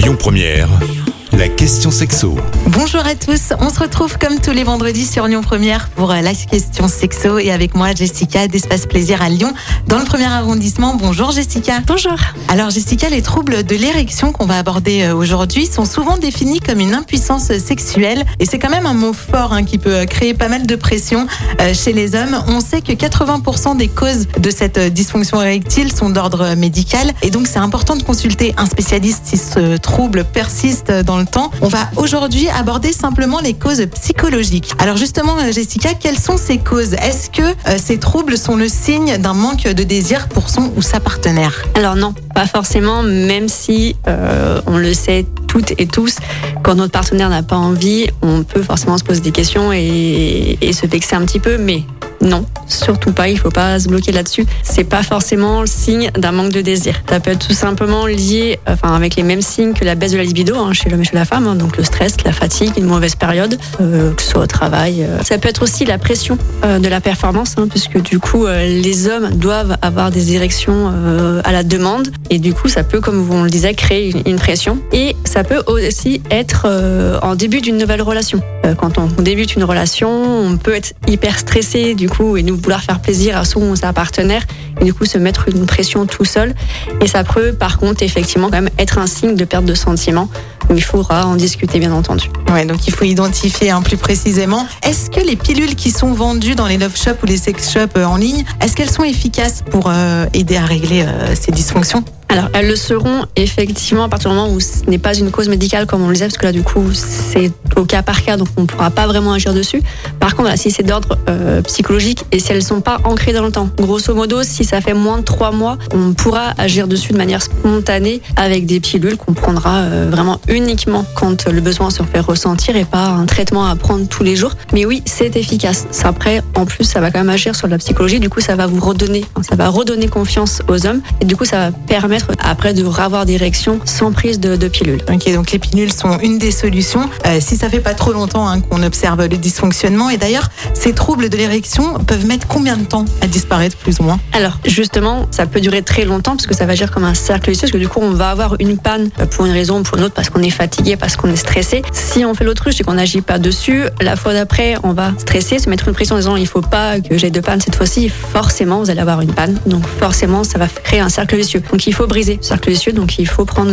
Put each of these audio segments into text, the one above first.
Lyon Première, la question sexo. Bonjour à tous, on se retrouve comme tous les vendredis sur Lyon Première pour la question sexo et avec moi Jessica d'Espace Plaisir à Lyon dans le premier arrondissement. Bonjour Jessica. Bonjour. Alors Jessica, les troubles de l'érection qu'on va aborder aujourd'hui sont souvent définis comme une impuissance sexuelle et c'est quand même un mot fort qui peut créer pas mal de pression chez les hommes. On sait que 80% des causes de cette dysfonction érectile sont d'ordre médical et donc c'est important de consulter un spécialiste si ce trouble persiste dans le temps. On va aujourd'hui aborder simplement les causes psychologiques. Alors justement, Jessica, quelles sont ces causes ? Est-ce que ces troubles sont le signe d'un manque de désir pour son ou sa partenaire ? Alors non, pas forcément, même si on le sait toutes et tous, quand notre partenaire n'a pas envie, on peut forcément se poser des questions et se vexer un petit peu, mais non, surtout pas, il faut pas se bloquer là-dessus. C'est pas forcément le signe d'un manque de désir. Ça peut être tout simplement lié, avec les mêmes signes que la baisse de la libido chez l'homme et chez la femme, donc le stress, la fatigue, une mauvaise période, que ce soit au travail. Ça peut être aussi la pression de la performance, puisque du coup les hommes doivent avoir des érections à la demande, et du coup ça peut, comme on le disait, créer une pression. Et ça peut aussi être en début d'une nouvelle relation. Quand on débute une relation, on peut être hyper stressé du coup et nous vouloir faire plaisir à son ou sa partenaire et du coup se mettre une pression tout seul. Et ça peut par contre effectivement quand même être un signe de perte de sentiments. Mais il faudra en discuter bien entendu. Ouais, donc il faut identifier plus précisément. Est-ce que les pilules qui sont vendues dans les love shops ou les sex shops en ligne, est-ce qu'elles sont efficaces pour aider à régler ces dysfonctions ? Alors, elles le seront effectivement à partir du moment où ce n'est pas une cause médicale comme on le disait, parce que là du coup c'est au cas par cas, donc on ne pourra pas vraiment agir dessus. Par contre, si c'est d'ordre psychologique et si elles ne sont pas ancrées dans le temps, grosso modo, si ça fait moins de 3 mois, on pourra agir dessus de manière spontanée avec des pilules qu'on prendra vraiment uniquement quand le besoin se fait ressentir et pas un traitement à prendre tous les jours. Mais oui, c'est efficace. Après, en plus, ça va quand même agir sur la psychologie. Du coup, ça va vous redonner confiance aux hommes et du coup, ça va permettre après de revoir des érections sans prise de pilules. Ok, donc les pilules sont une des solutions. Si ça fait pas trop longtemps qu'on observe le dysfonctionnement, et d'ailleurs, ces troubles de l'érection peuvent mettre combien de temps à disparaître plus ou moins ? Alors justement, ça peut durer très longtemps parce que ça va agir comme un cercle vicieux, parce que du coup, on va avoir une panne pour une raison ou pour une autre, parce qu'on est fatigué, parce qu'on est stressé. Si on fait l'autruche et qu'on n'agit pas dessus, la fois d'après, on va stresser, se mettre une pression en disant il faut pas que j'ai de panne cette fois-ci. Forcément, vous allez avoir une panne. Donc forcément, ça va créer un cercle vicieux. Donc il faut briser ce cercle vicieux. Donc il faut prendre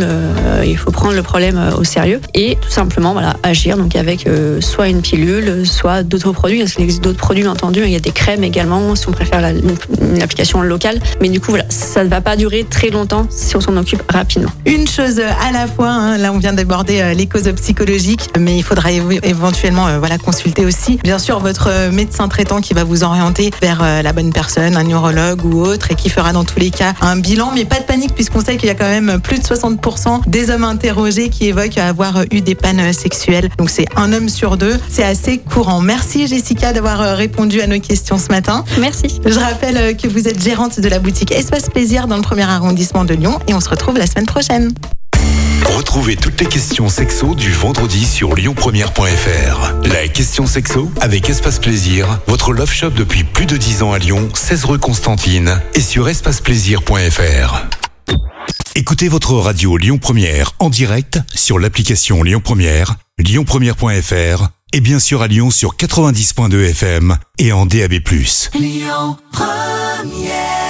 le problème au sérieux et tout simplement agir donc avec soit une pilule, soit d'autres produits. Il existe d'autres produits, bien entendu. Il y a des crèmes également si on préfère une application locale. Mais du coup, ça ne va pas durer très longtemps si on s'en occupe rapidement. Une chose à la fois. Là, on vient d'aborder les causes psychologiques, mais il faudra éventuellement consulter aussi, bien sûr, votre médecin traitant qui va vous orienter vers la bonne personne, un neurologue ou autre, et qui fera dans tous les cas un bilan. Mais pas de panique, puisqu'on sait qu'il y a quand même plus de 60% des hommes interrogés qui évoquent avoir eu des pannes sexuelles. Donc c'est un homme sur 2. C'est assez courant. Merci Jessica d'avoir répondu à nos questions ce matin. Merci. Je rappelle que vous êtes gérante de la boutique Espace Plaisir dans le premier arrondissement de Lyon et on se retrouve la semaine prochaine. Retrouvez toutes les questions sexo du vendredi sur lyonpremière.fr. La question sexo avec Espace Plaisir, votre love shop depuis plus de 10 ans à Lyon, 16 rue Constantine et sur espaceplaisir.fr. Écoutez votre radio Lyon Première en direct sur l'application Lyon Première, lyonpremière.fr et bien sûr à Lyon sur 90.2 FM et en DAB+. Lyon Première.